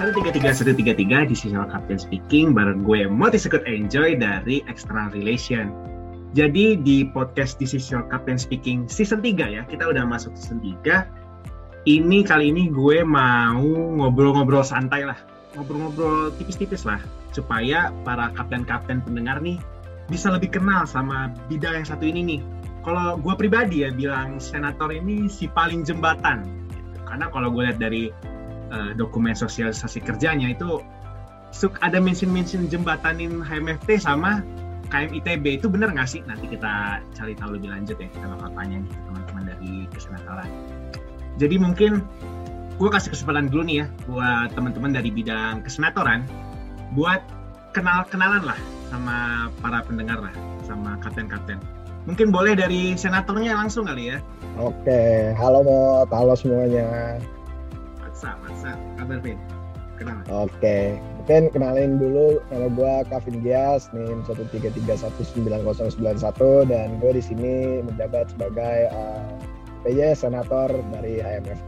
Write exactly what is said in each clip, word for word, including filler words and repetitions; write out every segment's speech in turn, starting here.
satu tiga tiga satu tiga tiga di Social Captain Speaking bareng gue Moti Sekut Enjoy dari External Relation. Jadi di podcast di Social Captain Speaking season tiga ya, kita udah masuk season tiga. Ini kali ini gue mau ngobrol-ngobrol santai lah, ngobrol-ngobrol tipis-tipis lah, supaya para kapten-kapten pendengar nih bisa lebih kenal sama bidang yang satu ini nih. Kalau gue pribadi ya bilang senator ini si paling jembatan, karena kalau gue lihat dari uh, dokumen sosialisasi kerjanya itu suk ada mention-mention jembatanin H M F T sama K M I T B. Itu benar nggak sih? Nanti kita cari tahu lebih lanjut ya, kita bakal tanya nih teman-teman dari kesenatoran. Jadi mungkin gue kasih kesempatan dulu nih ya buat teman-teman dari bidang kesenatoran buat kenal-kenalan lah sama para pendengar lah, sama kapten-kapten. Mungkin boleh dari senatornya langsung kali ya. Oke, halo Mot, halo semuanya. Masa, masa, kabar Vin? Kenal. Oke, mungkin kenalin dulu, nama gue Kavin Gias, N I M satu tiga tiga satu sembilan nol sembilan satu, dan gue di sini menjabat sebagai uh, P J Senator dari H M F T.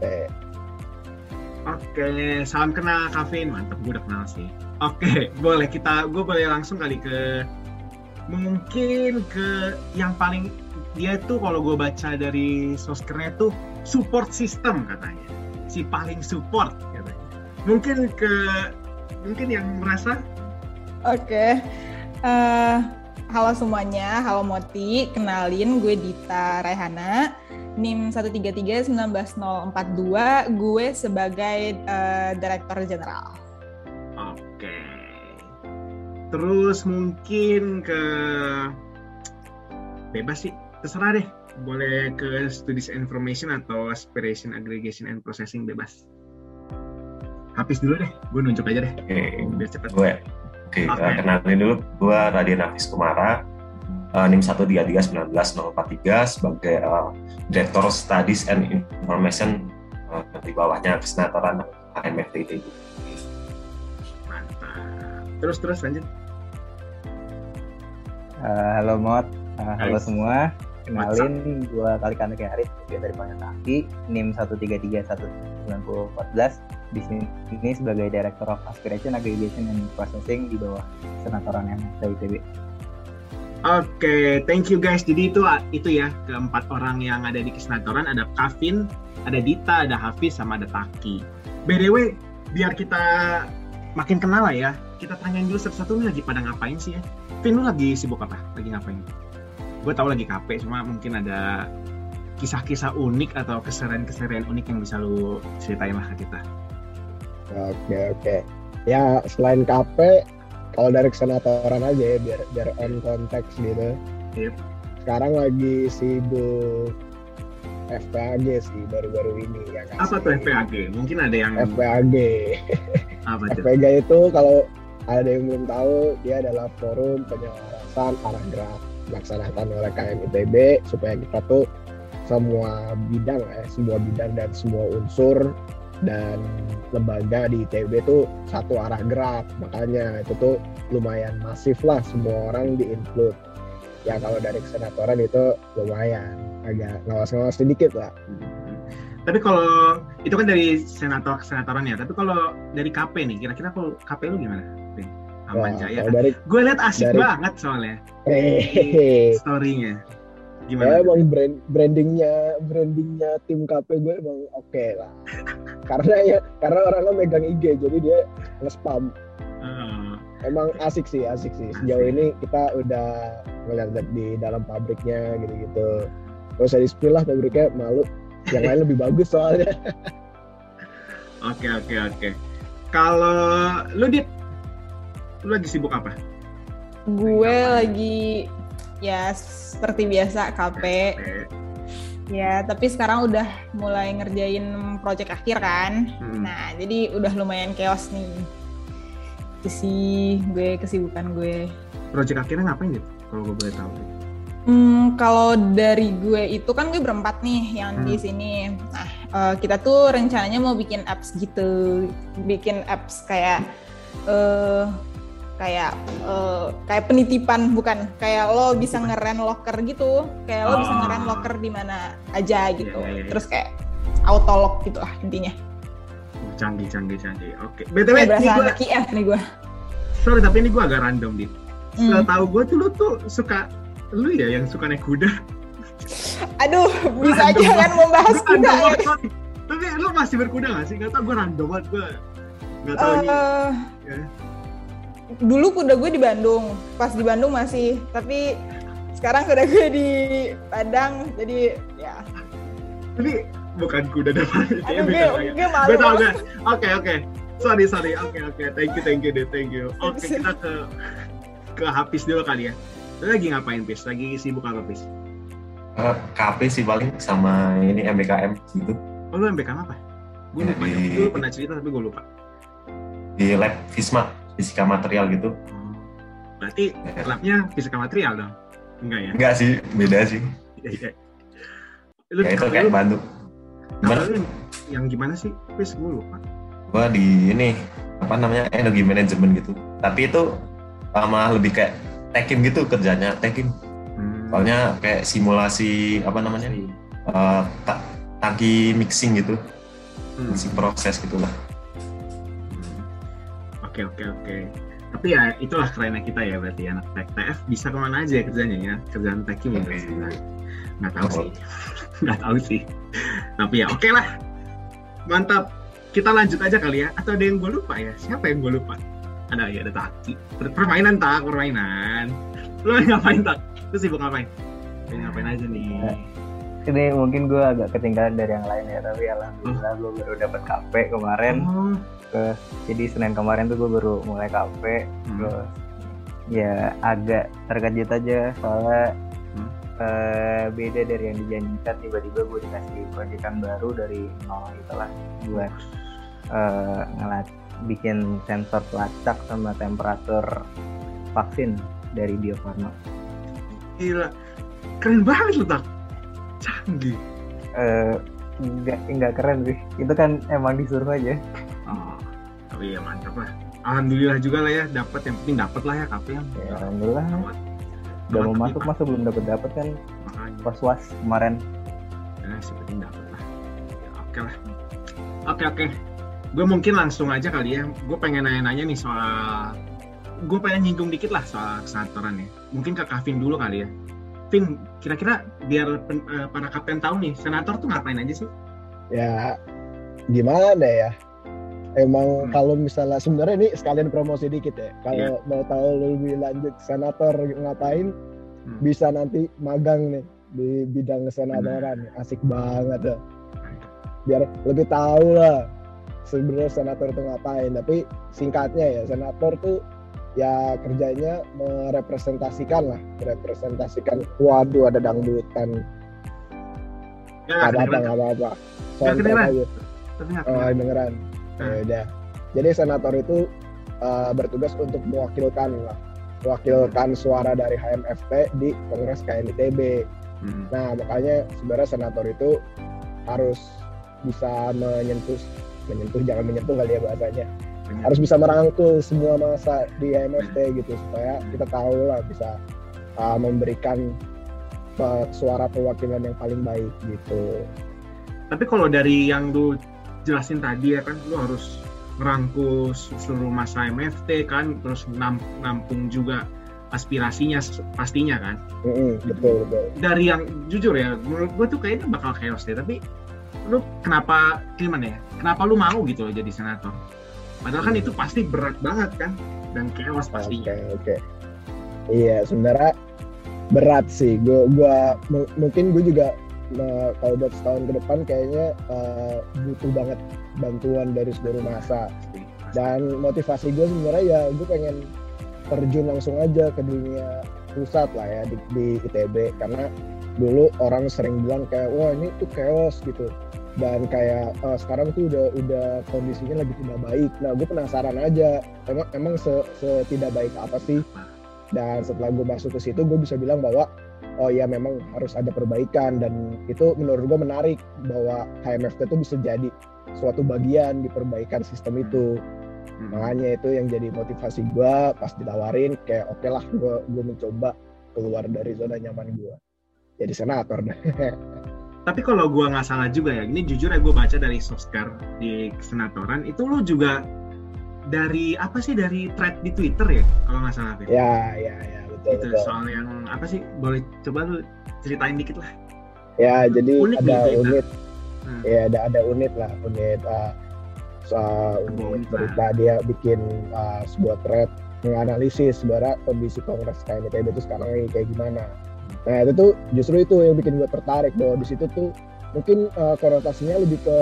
Oke, salam kenal Kavin, mantap, gue udah kenal sih. Oke, boleh kita, gue boleh langsung kali ke mungkin ke yang paling dia tuh kalau gue baca dari soskernya tuh support system katanya, si paling support katanya. Mungkin ke mungkin yang merasa. Oke, uh, halo semuanya, halo Moti, kenalin gue Dita Raihana, N I M satu tiga tiga satu sembilan nol empat dua, gue sebagai uh, Direktur Jenderal. Oke. Terus mungkin ke bebas sih, terserah deh. Boleh ke Studies Information atau Aspiration Aggregation and Processing, bebas. Habis dulu deh, gue nunjuk aja deh. Oke, biar cepet. Gue, oke, okay. kenalin dulu. Gue Radian Hafiz Kumara, uh, N I M satu tiga tiga satu sembilan nol empat tiga sebagai uh, Director Studies and Information uh, di bawahnya kesenatoran H M F T I T B. Terus terus lanjut. Uh, halo Mot, uh, halo semua. Kenalin, gue Kalikan Haris, gue dari Banyak Kaki, N I M satu tiga tiga satu sembilan nol empat belas. Di sini ini sebagai Director of Aspiration Aggregation and Processing di bawah Senatoran M F T I T B. Oke, okay, thank you guys. Jadi itu itu ya keempat orang yang ada di kesenatoran, ada Kavin, ada Dita, ada Hafiz, sama ada Taki. B D W, biar kita makin kenal lah ya, kita tanyain dulu satu-satu nih lagi pada ngapain sih ya. Vin, lu lagi sibuk apa? Lagi ngapain? Gue tahu lagi K P, cuma mungkin ada kisah-kisah unik atau keseruan-keseruan unik yang bisa lu ceritain lah ke kita. Oke oke. Ya selain K P, kalau dari kesenatoran aja ya, biar biar on konteks gitu. Yep. Sekarang lagi sibuk F P A G sih baru-baru ini ya kan. Apa tuh F P A G? Mungkin ada yang F P A G. Apa F P A G itu kalau ada yang belum tahu, dia adalah forum penyelarasan arah gerak dilaksanakan oleh K M I T B supaya kita tuh semua bidang ya, semua bidang dan semua unsur dan lembaga di I T B tuh satu arah gerak. Makanya itu tuh lumayan masif lah, semua orang di-include. Ya kalau dari kesenatoran itu lumayan agak ngawas-ngawas sedikit lah. Tapi kalau itu kan dari senator senatoran ya. Tapi kalau dari K P nih, kira-kira kalau K P lu gimana? Aman Jaya kan? Gue liat asik dari, banget soalnya. Hehehe. Story-nya. Gimana? Ya emang brand, brandingnya brandingnya tim K P gue emang oke okay lah. Karena ya karena orangnya megang I G, jadi dia nge-spam. Uh, emang asik sih, asik sih. Sejauh asik. Ini kita udah ngeliat di dalam pabriknya gitu-gitu. Gak usah di-spill lah pabriknya, malu. Yang lain lebih bagus soalnya. Oke oke oke. Kalau lu Dit, lu lagi sibuk apa? Gue lagi ya seperti biasa K P. K P. Ya, tapi sekarang udah mulai ngerjain project akhir kan. Hmm. Nah, jadi udah lumayan chaos nih. Itu sih gue kesibukan gue. Project akhirnya ngapain gitu? Kalau gue boleh tahu. Hmm, kalau dari gue itu kan gue berempat nih yang hmm. di sini. Nah, uh, kita tuh rencananya mau bikin apps gitu, bikin apps kayak uh, kayak uh, kayak penitipan, bukan kayak lo bisa ngeren locker gitu, kayak lo oh. bisa ngeren locker di mana aja gitu. Yeah, yeah, yeah. Terus kayak auto lock gitu lah intinya. Oh, canggih, canggih, canggih. Oke. B T W, Kayak berasa ini gua, anak I F nih gue. sorry tapi ini gue agak random, Dit. Hmm. Setahu gue tuh lu tuh suka, lu ya yang suka naik kuda. Aduh, bisa Random aja kan banget. membahas Lu kuda random ya. banget, sorry. Tapi lu masih berkuda gak sih? Gak tau, gue random banget. Gue gak tau ini. Eh, Ya. Dulu kuda gue di Bandung, pas di Bandung masih, tapi sekarang kuda gue di Padang, jadi ya. Ini bukan kuda depan. Aduh, gue, gue malu. Gue tau gak? Oke, oke. Sorry, sorry. Oke, oke. Thank you, thank you, deh. Thank you. Oke, kita ke ke Hafiz dulu kali ya. Lu lagi ngapain, Pis? Lagi sibuk apa, Pis? Uh, K P sih paling sama ini M B K M gitu. Oh, lu M B K M apa? Gue Ya, lupa. di- Lu pernah cerita tapi gue lupa. Di lab Fisma, fisika material gitu. Oh. Berarti labnya fisika material dong? Enggak ya? Enggak sih, beda sih. Iya, iya. Lu, Ya itu kalau kayak lu- bantu. kalau Gimana? lu yang gimana sih? Pis, gue lupa. Gua di ini apa namanya energi manajemen gitu. Tapi itu sama lebih kayak tekim gitu kerjanya tekim. Hmm. Soalnya kayak simulasi apa namanya uh, ta- tangki mixing gitu, Hmm. mixing proses gitulah. Oke, oke, oke. Tapi ya itulah kerennya kita ya berarti anak T F bisa kemana aja ya kerjanya ya, kerjaan tekim ya. Oke. Nggak tahu sih, nggak tahu sih. Tapi ya oke lah, mantap. Kita lanjut aja kali ya. Atau ada yang gue lupa ya? Siapa yang gue lupa? Ada ya, ada Taki. Per- Permainan tak, permainan. Lo ngapain tak? Lu sibuk ngapain? Lu ngapain aja nih? Ini mungkin gue agak ketinggalan dari yang lain ya, tapi alhamdulillah gue baru dapat K P kemarin. Oh, Jadi Senin kemarin tuh gue baru mulai K P. hmm. Terus ya agak terkejut aja soalnya Hmm. eh, beda dari yang dijanjikan. Tiba-tiba gue dikasih proyekan baru dari nol itulah buat eh, ngelat bikin sensor pelacak sama temperatur vaksin dari Bio Farma. Gila, keren banget lu tak. Canggih. Eh, nggak nggak keren sih, itu kan emang disuruh aja. Oh, tapi ya mantap lah. Alhamdulillah juga lah ya, dapat yang penting dapat lah ya K P yang. Ya, alhamdulillah Amat. udah Amat mau masuk tapi, masa belum dapat dapat kan makanya. pas was kemarin. Ya, sih penting dapat lah. Ya, oke lah. Oke oke. Gue mungkin langsung aja kali ya. Gue pengen nanya-nanya nih soal. Gue pengen nyinggung dikit lah soal kesenatoran ya. Mungkin ke Kavin dulu kali ya. Vin, kira-kira biar pen, uh, para kapten tahu nih, senator tuh ngapain aja sih? Ya gimana ya, emang Hmm. kalau misalnya sebenarnya ini sekalian promosi dikit ya, kalau mau tahu lebih lanjut senator ngapain, Hmm. bisa nanti magang nih di bidang kesenatoran. Asik banget ya, biar lebih tahu lah sebenarnya senator itu ngapain. Tapi singkatnya ya, senator tuh ya kerjanya merepresentasikan lah, merepresentasikan. Waduh, ada dangdutan. Ya, Gak apa-apa, kedengeran. gak apa-apa. Nggak Soalnya kedengeran. aja. Tapi nggak Oh, kedengeran. beneran. Hmm. Ya udah. Jadi senator itu uh, bertugas untuk mewakilkan lah, mewakilkan suara dari H M F T di Kongres K M I T B. Hmm. Nah, makanya sebenarnya senator itu harus bisa menyentuh, menyentuh jangan menyentuh kali ya bahasanya. Bener. Harus bisa merangkul semua masa di H M F T gitu supaya kita tahu lah bisa uh, memberikan uh, suara perwakilan yang paling baik gitu. Tapi kalau dari yang lu jelasin tadi ya kan, lu harus merangkul seluruh masa M F T kan, terus nam- nampung juga aspirasinya pastinya kan. Mm-mm, betul betul. Dari yang jujur ya, menurut gue tuh kayaknya bakal chaos deh. Tapi lu kenapa gimana ya? Kenapa lu mau gitu loh jadi senator? Padahal kan Hmm. itu pasti berat banget kan, dan chaos pastinya. Oke oke. Iya sebenarnya berat sih. Gue gua m- mungkin gue juga nah, kalau buat setahun ke depan kayaknya uh, butuh banget bantuan dari seluruh masa. Pasti, pasti. Dan motivasi gue sebenarnya ya gue pengen terjun langsung aja ke dunia pusat lah ya di, di I T B, karena dulu orang sering bilang kayak wah ini tuh chaos gitu, dan kayak uh, sekarang tuh udah udah kondisinya lagi tidak baik. Nah gue penasaran aja emang emang se, setidak baik apa sih, dan setelah gue masuk ke situ gue bisa bilang bahwa oh ya memang harus ada perbaikan, dan itu menurut gue menarik bahwa H M F T itu bisa jadi suatu bagian di perbaikan sistem itu. Hmm. Makanya itu yang jadi motivasi gue pas ditawarin kayak oke okay lah gue gue mencoba keluar dari zona nyaman gue jadi senator. Tapi kalau gue nggak salah juga ya, ini jujur ya gue baca dari Sosker di Kesenatoran, itu lu juga dari apa sih, dari thread di Twitter ya kalau nggak salah Fit? Ya, ya, ya, betul. Itu betul. soal yang apa sih? Boleh coba lu ceritain dikit lah. Ya, jadi Unik nih ada Twitter. unit, Hmm. ya ada ada unit lah, unit uh, soal Sebuah unit unit lah. berita, dia bikin uh, sebuah thread menganalisis sebenarnya kondisi Kongres K M I T B itu sekarang lagi kayak gimana. Nah itu tuh justru itu yang bikin gue tertarik, bahwa di situ tuh mungkin uh, konotasinya lebih ke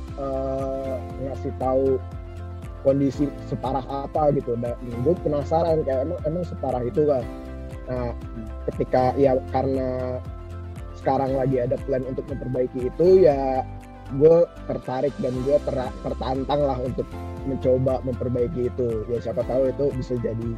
uh, ngasih tahu kondisi separah apa gitu. Dan gue penasaran kayak emang emang separah itu kan. Nah ketika ya karena sekarang lagi ada plan untuk memperbaiki itu, ya gue tertarik dan gue ter- tertantang lah untuk mencoba memperbaiki itu. Ya siapa tahu itu bisa jadi,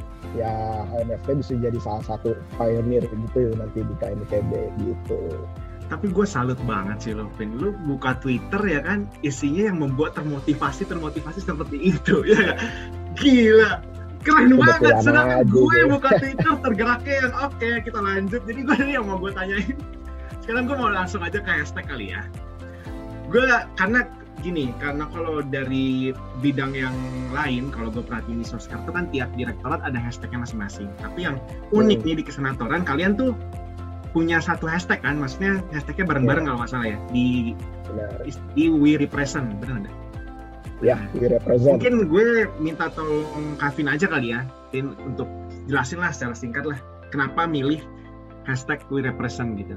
ya H M F T bisa jadi salah satu pioneer gitu nanti di K M I T B gitu. Tapi gue salut banget sih lo, Vin. Lu buka Twitter ya kan, isinya yang membuat termotivasi, termotivasi seperti itu, ya gak? Gila, keren banget. Kebetulan Sedangkan aja gue deh. buka Twitter tergeraknya yang oke, kita lanjut. Jadi gue ini yang mau gue tanyain. Sekarang gue mau langsung aja ke hashtag kali ya. Gue, karena gini, karena kalau dari bidang yang lain, kalau gue perhatiin di Sosker itu kan tiap direktorat ada hashtagnya masing-masing. Tapi yang unik Hmm. nih di Kesenatoran, kalian tuh punya satu hashtag kan, maksudnya hashtagnya bareng-bareng kalau nggak salah ya, di Benar. di We Represent, benar nggak? Ya, we represent. Mungkin gue minta tolong Kavin aja kali ya, Vin, untuk jelasin lah secara singkat lah, kenapa milih hashtag We Represent gitu.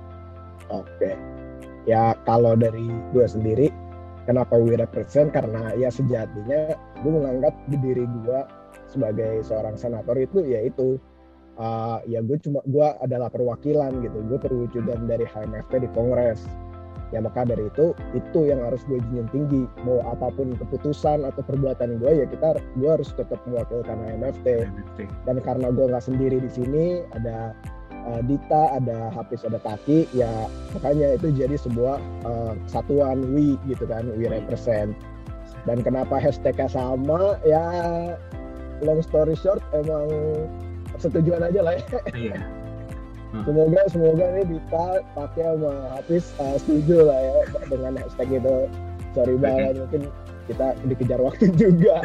Oke. Ya kalau dari gue sendiri, kenapa we represent? Karena ya sejatinya gue menganggap di diri gue sebagai seorang senator itu yaitu uh, ya gue cuma gue adalah perwakilan gitu. Gue perwujudan dari H M F T di Kongres. Ya maka dari itu itu yang harus gue junjung tinggi. Mau apapun keputusan atau perbuatan gue, ya kita gue harus tetap mewakilkan H M F T. Dan karena gue nggak sendiri di sini, ada uh, Dita, ada Hafiz, ada Taki, ya makanya itu jadi sebuah uh, kesatuan we gitu kan, we represent. Dan kenapa hashtagnya sama, ya long story short emang persetujuan aja lah ya. Iya. Semoga semoga nih Dita, Taki sama Hafiz uh, setuju lah ya dengan hashtag itu. Sorry banget, mungkin kita dikejar waktu juga.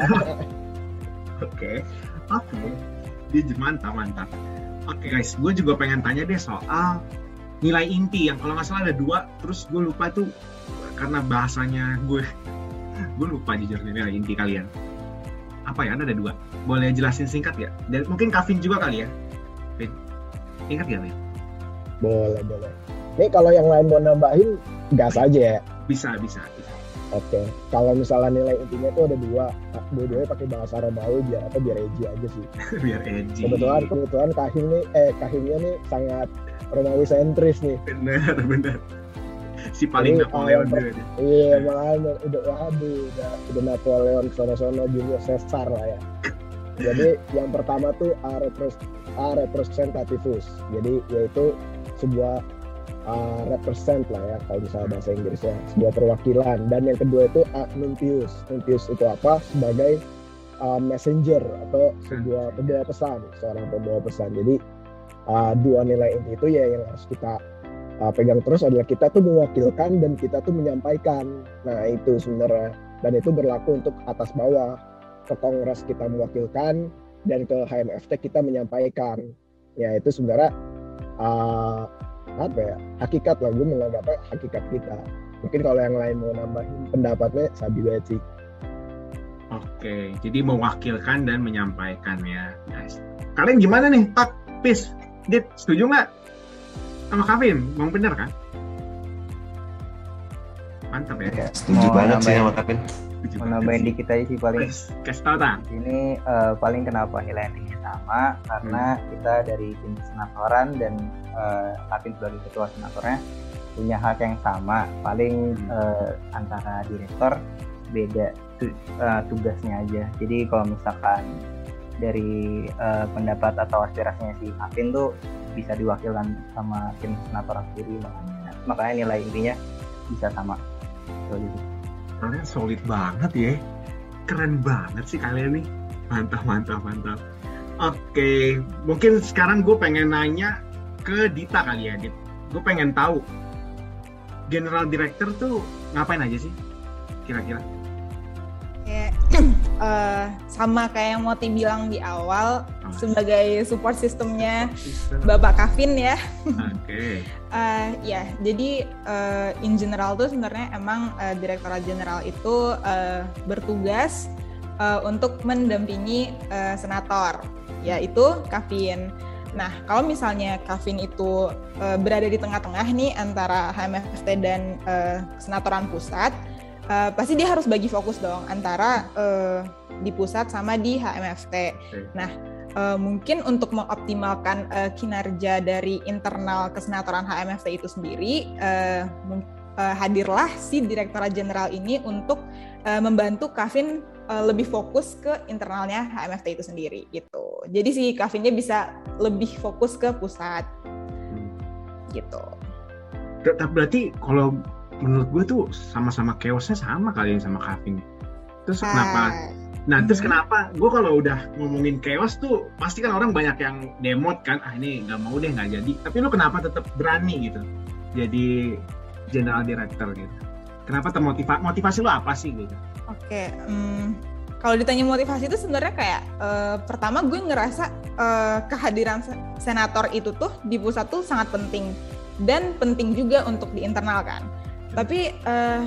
Oke, oke. Dia mantap, mantap. Oke guys, gue juga pengen tanya deh soal nilai inti yang kalau nggak salah ada dua, terus gue lupa tuh karena bahasanya gue, gue lupa jujur nilai inti kalian. Apa ya? Ada dua. Boleh jelasin singkat ya? Dan mungkin Kavin juga kali ya. Vin, ingat gak Vin? Boleh boleh. Nih kalau yang lain mau nambahin, gas aja ya. Bisa, bisa, bisa. Oke, kalau misalnya nilai intinya itu ada dua, dua-duanya pakai bahasa Romawi biar apa biar edgy aja sih. Biar edgy. Kebetulan kebetulan Kahim nih, eh Kahimnya nih sangat Romawi sentris nih. Bener, bener. Si paling Jadi, Napoleon uh, juga dia. Iya, makanya udah waduh, udah udah Napoleon sono-sono Julius Caesar lah ya. Jadi yang pertama tuh a, repres, a representativus. Jadi yaitu sebuah Uh, represent lah ya kalau misalnya bahasa Inggrisnya, sebuah perwakilan. Dan yang kedua itu a nuntius. Nuntius itu apa? Sebagai uh, messenger atau sebuah pembawa pesan, seorang pembawa pesan. Jadi uh, dua nilai inti itu ya yang harus kita uh, pegang terus adalah kita tuh mewakilkan dan kita tuh menyampaikan. Nah itu sebenarnya, dan itu berlaku untuk atas bawah. Ke Kongres kita mewakilkan dan ke H M F T kita menyampaikan. Ya itu sebenarnya uh, apa ya, hakikat lah, gue menganggapnya hakikat kita. Mungkin kalau yang lain mau nambahin pendapatnya sabi banget sih. Oke, jadi mewakilkan dan menyampaikan ya guys. Kalian gimana nih, Tak, Pis, Dit, setuju nggak sama Kavin? Bang bener kan? Mantap ya. Ya, Setuju mau banget sih nambahin- sama Kavin. Setuju Mau banget nambahin sih. dikit aja sih paling. Pis, kasih tau Tak. Ini eh, paling kenapa nilai intinya sama karena kita dari tim senatoran dan eh, Kavin sebagai ketua senatornya punya hak yang sama. Paling eh, antara direktor beda tu- eh, tugasnya aja. Jadi kalau misalkan dari eh, pendapat atau aspirasinya si Kavin tuh bisa diwakilkan sama tim senatoran sendiri, makanya, makanya nilai intinya bisa sama. Itu aja sih. Kalian solid banget ya. Keren banget sih kalian nih. Mantap, mantap, mantap. Oke, mungkin sekarang gue pengen nanya ke Dita kali ya, Dit. Gue pengen tahu general director tuh ngapain aja sih kira-kira? Kayak uh, sama kayak yang Moti bilang di awal, oh. sebagai support sistemnya Bapak Kavin ya. Oke. Okay. uh, ya, jadi uh, in general tuh sebenarnya emang uh, Direktorat Jenderal itu uh, bertugas uh, untuk mendampingi uh, senator, yaitu Kavin. Nah, kalau misalnya Kavin itu uh, berada di tengah-tengah nih antara H M F T dan uh, senatoran pusat, Uh, pasti dia harus bagi fokus dong antara uh, di pusat sama di H M F T. Okay. Nah, uh, mungkin untuk mengoptimalkan uh, kinerja dari internal kesenatoran H M F T itu sendiri, uh, uh, hadirlah si Direktorat Jenderal ini untuk uh, membantu Kavin uh, lebih fokus ke internalnya H M F T itu sendiri gitu. Jadi si Kavinnya bisa lebih fokus ke pusat, hmm. gitu. Berarti kalau menurut gue tuh sama-sama chaosnya sama kali sama Kavin. Terus ah. kenapa? Nah hmm. terus kenapa? Gue kalau udah ngomongin chaos tuh pasti kan orang banyak yang demot kan. Ah ini nggak mau deh, nggak jadi. Tapi lu kenapa tetap berani gitu? Jadi general director gitu. Kenapa termotivasi? Motivasi lu apa sih gitu? Oke. Okay, um, kalau ditanya motivasi itu sebenarnya kayak uh, pertama gue ngerasa uh, kehadiran senator itu tuh di pusat tuh sangat penting dan penting juga untuk di internal kan. Tapi uh,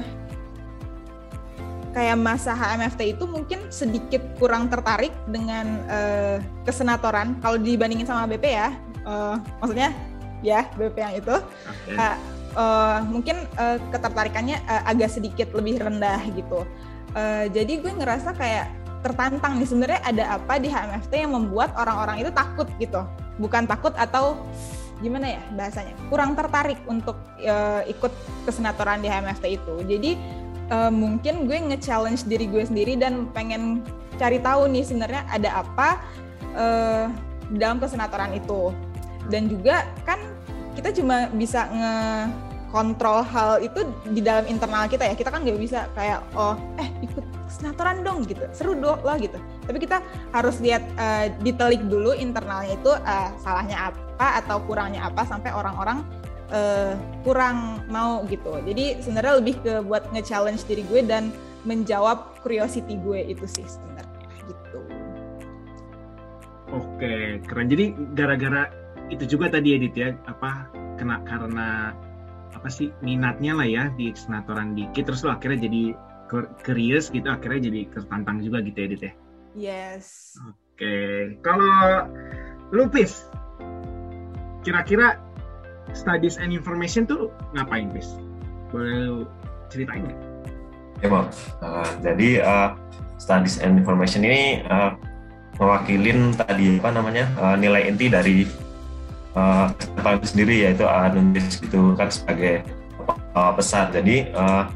kayak masa H M F T itu mungkin sedikit kurang tertarik dengan uh, kesenatoran kalau dibandingin sama B P ya, uh, maksudnya ya B P yang itu, okay. uh, uh, mungkin uh, ketertarikannya uh, agak sedikit lebih rendah gitu. Uh, jadi gue ngerasa kayak tertantang nih, sebenarnya ada apa di H M F T yang membuat orang-orang itu takut gitu, bukan takut atau gimana ya bahasanya, kurang tertarik untuk uh, ikut kesenatoran di H M F T itu. Jadi uh, mungkin gue nge-challenge diri gue sendiri dan pengen cari tahu nih sebenarnya ada apa uh, dalam kesenatoran itu. Dan juga kan kita cuma bisa nge-kontrol hal itu di dalam internal kita ya. Kita kan nggak bisa kayak oh eh ikut kesenatoran dong gitu, seru dong lah gitu. Tapi kita harus lihat uh, ditelik dulu internalnya itu uh, salahnya apa atau kurangnya apa sampai orang-orang uh, kurang mau gitu. Jadi sebenarnya lebih ke buat nge-challenge diri gue dan menjawab curiosity gue itu sih sebenarnya gitu. Oke, keren. Jadi gara-gara itu juga tadi Edit ya, apa kena karena apa sih minatnya lah ya di senatoran dikit, terus lo akhirnya jadi curious gitu, akhirnya jadi tertantang juga gitu Edit ya. Yes. Oke, kalau lu Pis, kira-kira studies and information tuh ngapain Pis? Boleh lu ceritain nggak? Ya Bang, uh, jadi uh, studies and information ini uh, mewakilin tadi apa namanya uh, nilai inti dari uh, kesehatan itu sendiri, yaitu uh, nulis gitu kan sebagai uh, pesan. Jadi uh,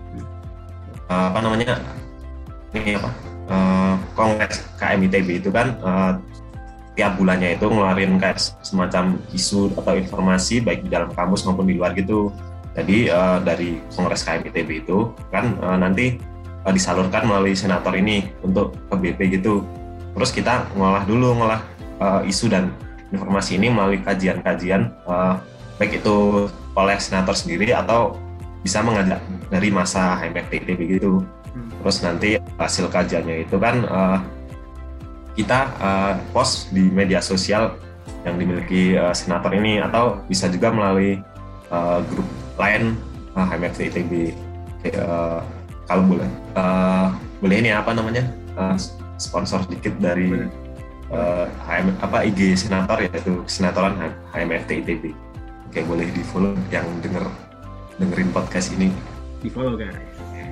uh, apa namanya ini apa uh, kongres K M I T B itu kan uh, tiap bulannya itu ngeluarin kayak semacam isu atau informasi baik di dalam kampus maupun di luar gitu. Jadi uh, dari kongres K M I T B itu kan uh, nanti uh, disalurkan melalui senator ini untuk ke B P gitu. Terus kita ngolah dulu ngolah uh, isu dan informasi ini melalui kajian-kajian uh, baik itu oleh senator sendiri atau bisa mengajak dari masa H M F T I T B gitu. Terus nanti hasil kajiannya itu kan uh, kita uh, post di media sosial yang dimiliki uh, senator ini atau bisa juga melalui uh, grup lain uh, H M F T I T B. Uh, kalau boleh, uh, boleh ini apa namanya uh, sponsor sedikit dari uh, H M, apa I G senator yaitu senatoran H M F T I T B. Oke, boleh di follow yang denger dengerin podcast ini. Di follow guys.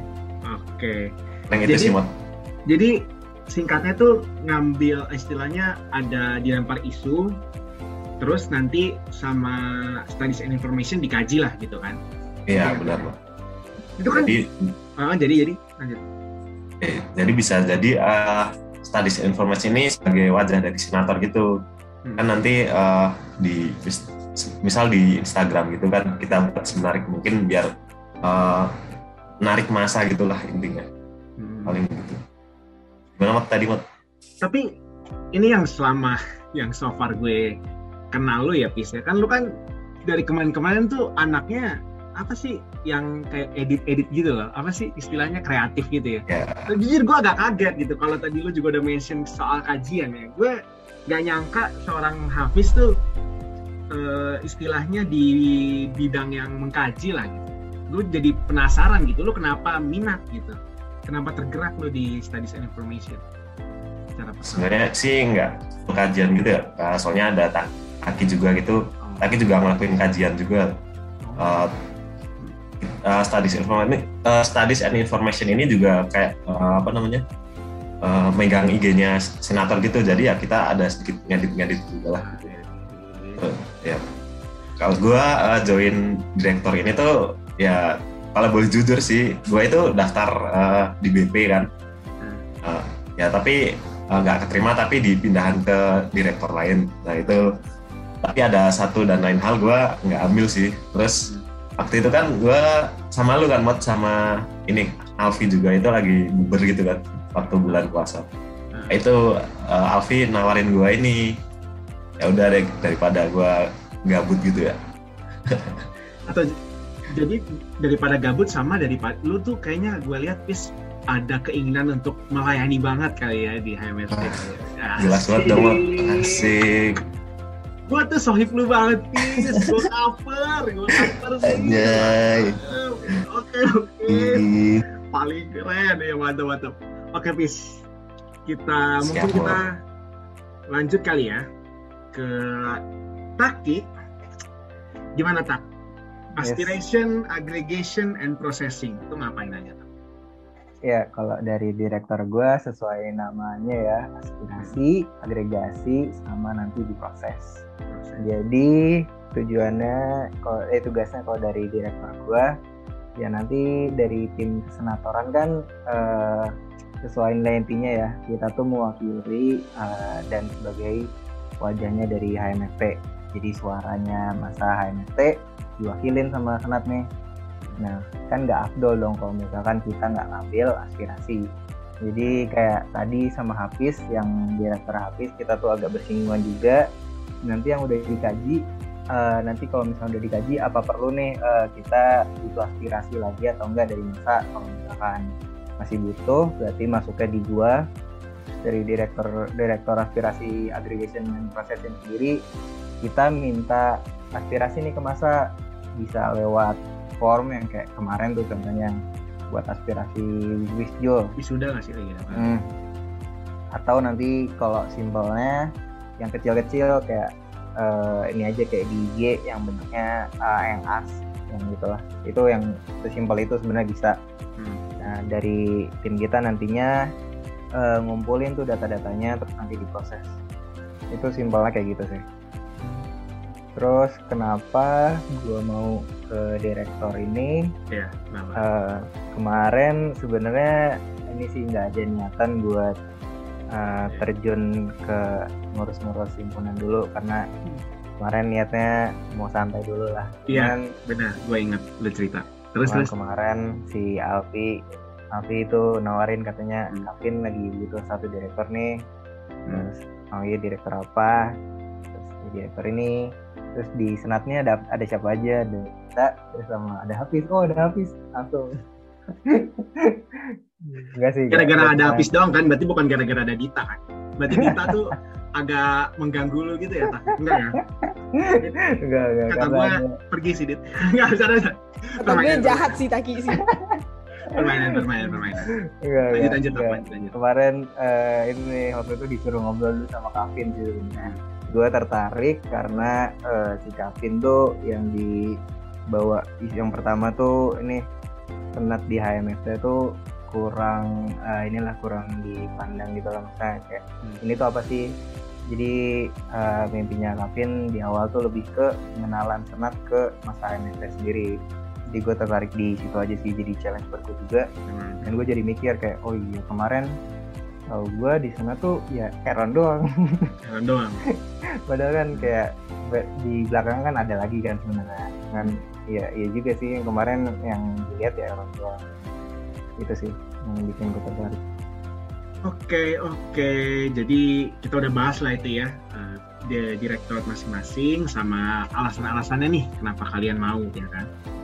Oke. Yang itu sih Mot. Jadi singkatnya tuh ngambil istilahnya ada dilempar isu, terus nanti sama studies and information dikaji lah gitu kan? Iya benar Bang. Itu kan? Jadi, uh, jadi jadi lanjut. Eh, jadi bisa jadi uh, studies and information ini sebagai wajah dari senator gitu. Hmm. Kan nanti uh, di misal di Instagram gitu kan kita buat semenarik mungkin biar uh, narik masa gitulah intinya. Hmm. Paling gitu. Gimana Mat tadi Mat? Tapi ini yang selama yang so far gue kenal lu ya Pis ya, kan lu kan dari kemarin-kemarin tuh anaknya apa sih yang kayak edit-edit gitu loh, apa sih istilahnya kreatif gitu ya. Yeah. Jujur gue agak kaget gitu kalau tadi lu juga udah mention soal kajian ya. Gue gak nyangka seorang Hafiz tuh uh, istilahnya di bidang yang mengkaji lah gitu. Gue jadi penasaran gitu, lu kenapa minat gitu, kenapa tergerak lu di Studies and Information? Sebenarnya sih enggak kajian gitu ya, soalnya ada Taki juga gitu, Taki juga ngelakuin kajian juga. Uh, uh, studies information, uh, studies and information ini juga kayak uh, apa namanya, uh, megang I G-nya senator gitu, jadi ya kita ada sedikit ngedit-ngedit juga lah. Gitu. Uh, ya, kalau gue uh, join direktur ini tuh ya kalau boleh jujur sih, gue itu daftar uh, di B P kan, uh, ya tapi nggak uh, keterima, tapi dipindahan ke direktur lain. Nah itu, tapi ada satu dan lain hal gue nggak ambil sih. Terus waktu itu kan gue sama lu kan, Mot, sama ini Alfi juga itu lagi buber gitu kan waktu bulan puasa. Nah, itu uh, Alfi nawarin gue ini, ya udah deh daripada gue gabut gitu ya. Atau jadi daripada gabut sama daripada lu tuh kayaknya gue lihat Pis ada keinginan untuk melayani banget kali ya di H M F T. Ah, jelas banget dong, Mot. Asik. Gue tuh sohib lu banget, Pis. Gue cover, gue cover sih. Anjay. Oke, oke. Paling keren ya, mantap-mantap. Oke, Pis. Kita, Siap, mungkin kita Mot. lanjut kali ya ke Taki. Gimana, Tak? Aspiration, yes. Aggregation, and Processing. Itu ngapain aja, Tak? Ya, kalau dari direktur gue sesuai namanya ya, aspirasi, agregasi, sama nanti diproses. Jadi tujuannya, kalau eh tugasnya kalau dari direktur gue, ya nanti dari tim kesenatoran kan eh, sesuai nilai intinya ya, kita tuh mewakili eh, dan sebagai wajahnya dari H M F T. Jadi suaranya masa H M F T diwakilin sama senat nih. Nah, kan nggak afdol dong kalau misalkan kita nggak ngambil aspirasi. Jadi kayak tadi sama Hafiz, yang direktur Hafiz, kita tuh agak bersinggungan juga. Nanti yang udah dikaji, uh, nanti kalau misalnya udah dikaji, apa perlu nih uh, kita butuh aspirasi lagi atau enggak dari masa. Kalau misalkan masih butuh, berarti masuknya di gua dari direktur direktur aspirasi aggregation dan processing sendiri. Kita minta aspirasi nih ke masa, bisa lewat form yang kayak kemarin tuh contohnya buat aspirasi Wisjul. Wisuda nggak sih lagi? Hmm. Atau nanti kalau simpelnya yang kecil-kecil kayak uh, ini aja kayak di I G yang bentuknya uh, yang as, yang gitulah. Itu yang sesimpel itu sebenarnya bisa. Hmm. Nah, dari tim kita nantinya uh, ngumpulin tuh data-datanya terus nanti diproses. Itu simpelnya kayak gitu sih. Terus kenapa gue mau ke direktur ini? Ya, uh, kemarin sebenarnya ini sih nggak ada niatan buat uh, terjun ke ngurus-ngurus himpunan dulu, karena kemarin niatnya mau santai dulu lah. Iya, benar. Gue ingat lu cerita. Terus terus kemarin si Alfi, Alfi itu nawarin katanya, hmm. Kavin lagi butuh satu direktur nih. Hmm. Terus, oh iya direktur apa? Terus di direktur ini. Terus di senatnya ada ada siapa aja, ada kita, terus sama ada Hafiz. Oh ada Hafiz, langsung. Enggak sih. Gara-gara ada Hafiz doang kan, berarti bukan gara-gara ada Dita kan? Berarti Dita tuh agak mengganggu lu gitu ya, Tak? Enggak ya? Enggak, enggak. Kata gue pergi sih, Dit. Enggak bisa, bisa. Kata gue jahat sih Taki sih. Permainan, permainan, permainan. Enggak, lanjut, enggak, lanjut, enggak. lanjut, lanjut. Kemarin uh, ini waktu itu disuruh ngobrol dulu sama Kavin sih sebenarnya. Gue tertarik karena uh, si Kavin tuh yang dibawa yang pertama tuh ini senat di H M F T tuh kurang uh, inilah kurang dipandang gitu lah, misalnya kayak hmm. ini tuh apa sih. Jadi uh, mimpinya Kavin di awal tuh lebih ke pengenalan senat ke masa H M F T sendiri. Jadi gue tertarik di situ aja sih, jadi challenge buat gue juga. Hmm. Dan gue jadi mikir kayak oh iya kemarin tahu gue di sana tuh ya Heron doang. Heron doang. Padahal kan kayak di belakang kan ada lagi kan sebenarnya. Kan iya iya juga sih yang kemarin yang dilihat ya Heron doang. Itu sih yang bikin gue tertarik. Oke oke, jadi kita udah bahas lah itu ya uh, di direktorat masing-masing sama alasan-alasannya nih kenapa kalian mau ya kan.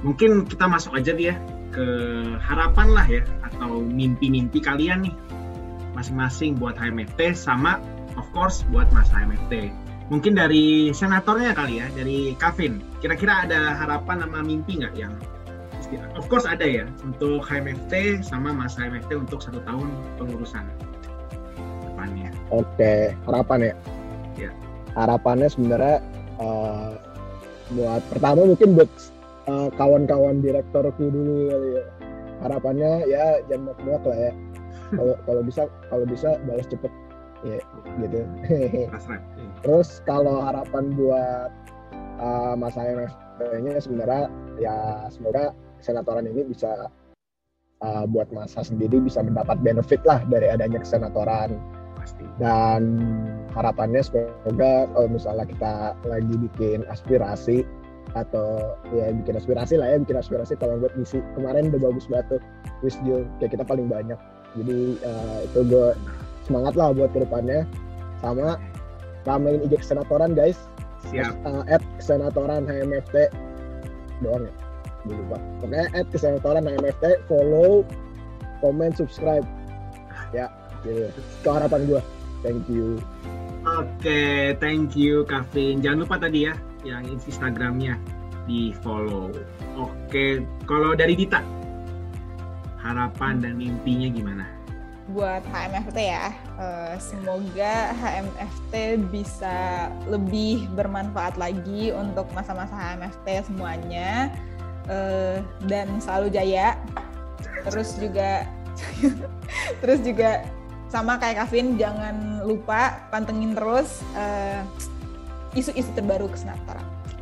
mungkin kita masuk aja dia ke harapan lah ya, atau mimpi-mimpi kalian nih masing-masing buat H M F T sama of course buat masa H M F T. Mungkin dari senatornya kali ya, dari Kavin. Kira-kira ada harapan sama mimpi nggak yang of course ada ya untuk H M F T sama masa H M F T untuk satu tahun pengurusan depannya. Oke, harapan ya. Ya. Harapannya sebenarnya uh, buat pertama mungkin buat uh, kawan-kawan direktorku dulu kali ya. Harapannya ya jangan muak-muak lah ya. Kalau kalau bisa kalau bisa balas cepet ya gitu. Terus kalau harapan buat uh, masa H M F T-nya sebenarnya ya semoga senatoran ini bisa uh, buat masa sendiri bisa mendapat benefit lah dari adanya kesenatoran. Pasti. Dan harapannya semoga kalau misalnya kita lagi bikin aspirasi atau ya bikin aspirasi lah ya bikin aspirasi kalau buat misi kemarin udah bagus banget tuh Wisjul kayak kita paling banyak. Jadi uh, itu gue semangat lah buat kedepannya sama ramein I G kesenatoran guys. Siap. Uh, at kesenatoran H M F T doang ya. Dulu Pak. Pokoknya at kesenatoran H M F T, follow, comment, subscribe. Ya, gitu. Itu harapan gue. Thank you. Oke, okay, thank you Kavin. Jangan lupa tadi ya yang Instagramnya di follow. Oke, okay. Kalau dari Dita, harapan dan mimpinya gimana? Buat H M F T ya, uh, semoga H M F T bisa lebih bermanfaat lagi untuk masa-masa H M F T semuanya, uh, dan selalu jaya. Terus juga, terus juga sama kayak Kavin, jangan lupa pantengin terus uh, isu-isu terbaru kesenatoran.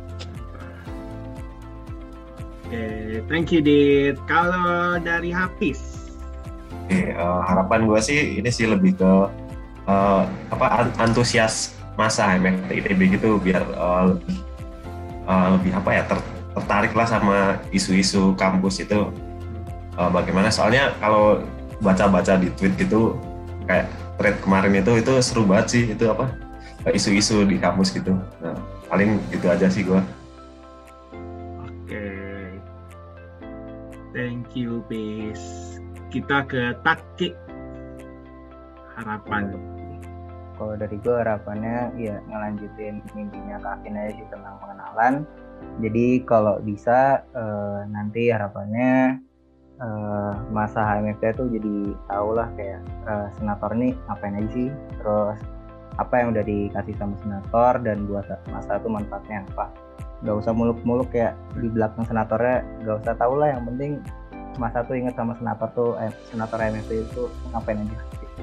Oke, okay, thank you Dit. Kalau dari Hafiz? Oke, uh, harapan gue sih ini sih lebih ke uh, apa antusias masa H M F T I T B gitu biar uh, lebih, uh, lebih apa ya ter, tertarik lah sama isu-isu kampus itu uh, bagaimana, soalnya kalau baca-baca di tweet gitu kayak thread kemarin itu itu seru banget sih itu apa isu-isu di kampus gitu. Nah, paling gitu aja sih gue. Oke, thank you Bis. Kita ke Taki, harapan. Kalau dari gue harapannya ya ngelanjutin mimpinya Kavin aja sih tentang pengenalan. Jadi kalau bisa eh, nanti harapannya eh, masa H M F T tuh jadi tau lah kayak eh, senator ini ngapain aja sih, terus apa yang udah dikasih sama senator dan buat masa itu manfaatnya apa. Gak usah muluk-muluk kayak di belakang senatornya, gak usah tahu lah, yang penting masa tuh inget sama senator tuh, eh, senator H M F T itu ngapain aja.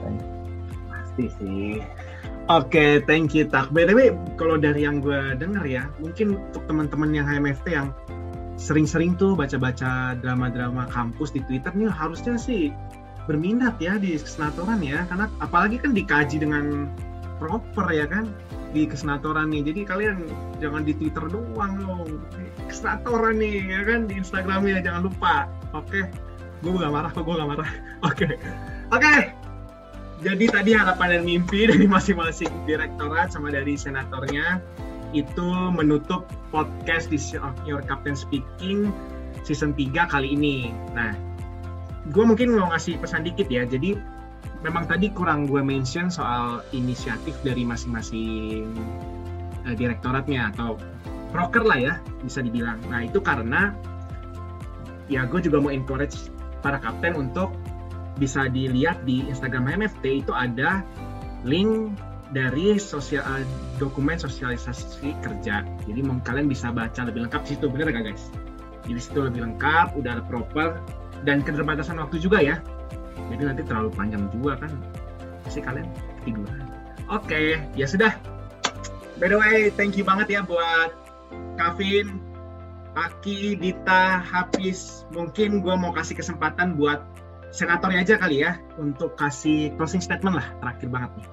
Pasti sih. Oke, okay, thank you Tak. B T W kalau dari yang gue denger ya, mungkin untuk teman-teman yang H M F T yang sering-sering tuh baca-baca drama-drama kampus di Twitter nih harusnya sih berminat ya di kesenatoran ya, karena apalagi kan dikaji dengan proper ya kan di kesenatoran nih. Jadi kalian jangan di Twitter doang loh, kesenatoran nih ya kan, di Instagramnya jangan lupa. Oke, gue gak marah kok, gue gak marah. Oke, oke. Jadi tadi harapan dan mimpi dari masing-masing direktorat sama dari senatornya itu menutup podcast di Your Captain Speaking season tiga kali ini. Nah, gue mungkin mau ngasih pesan dikit ya. Jadi memang tadi kurang gue mention soal inisiatif dari masing-masing uh, direktoratnya atau broker lah ya bisa dibilang. Nah itu karena ya gue juga mau encourage para kapten untuk bisa dilihat di Instagram H M F T itu ada link dari sosial dokumen sosialisasi kerja. Jadi kalian bisa baca lebih lengkap di situ, bener gak guys? Jadi situ lebih lengkap, udah ada proper dan keterbatasan waktu juga ya. Jadi nanti terlalu panjang juga kan, pasti kalian ketiduran. Oke, okay, ya sudah. By the way, thank you banget ya buat Kavin, Aki, Dita, Hafiz. Mungkin gue mau kasih kesempatan buat senatornya aja kali ya untuk kasih closing statement lah, terakhir banget nih.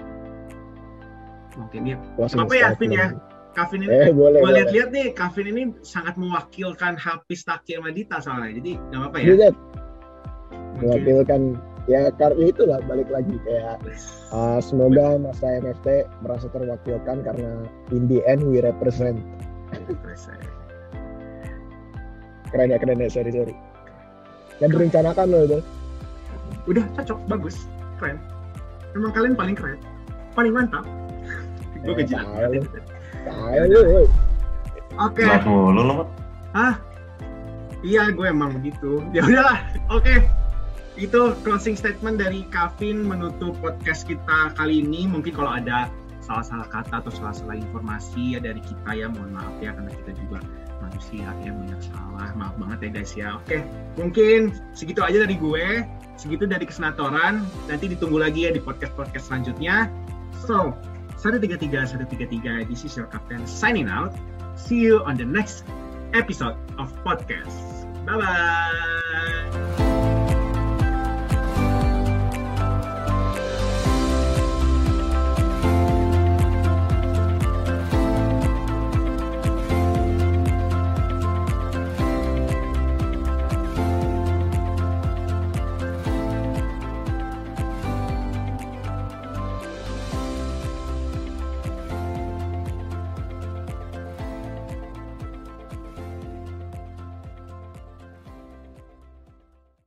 Mungkin ya. Apa ya Kavin ya? Kavin ini, eh, gue lihat-lihat nih, Kavin ini sangat mewakilkan Hafiz, Taki, sama Dita soalnya. Jadi nggak apa-apa ya. Iya, mewakilkan ya karena itulah balik lagi kayak uh, semoga masa M F T merasa terwakilkan karena in the end we represent. Keren ya, keren ya, sorry sorry. Yang direncanakan loh itu. Udah cocok, bagus, keren. Emang kalian paling keren, paling mantap. Gue Eh, kejilat. tahu lu. Tahu lu, woi. Oke. Jilat mulu lo, Mat. Ah, iya gue emang begitu. Ya udahlah, oke. Itu closing statement dari Kavin menutup podcast kita kali ini. Mungkin kalau ada salah-salah kata atau salah-salah informasi ya dari kita ya, mohon maaf ya, karena kita juga manusia yang banyak salah. Maaf banget ya guys ya. Oke, mungkin segitu aja dari gue, segitu dari Kesenatoran. Nanti ditunggu lagi ya di podcast-podcast selanjutnya. So, satu tiga tiga satu tiga tiga, this is your captain signing out. See you on the next episode of podcast. Bye-bye.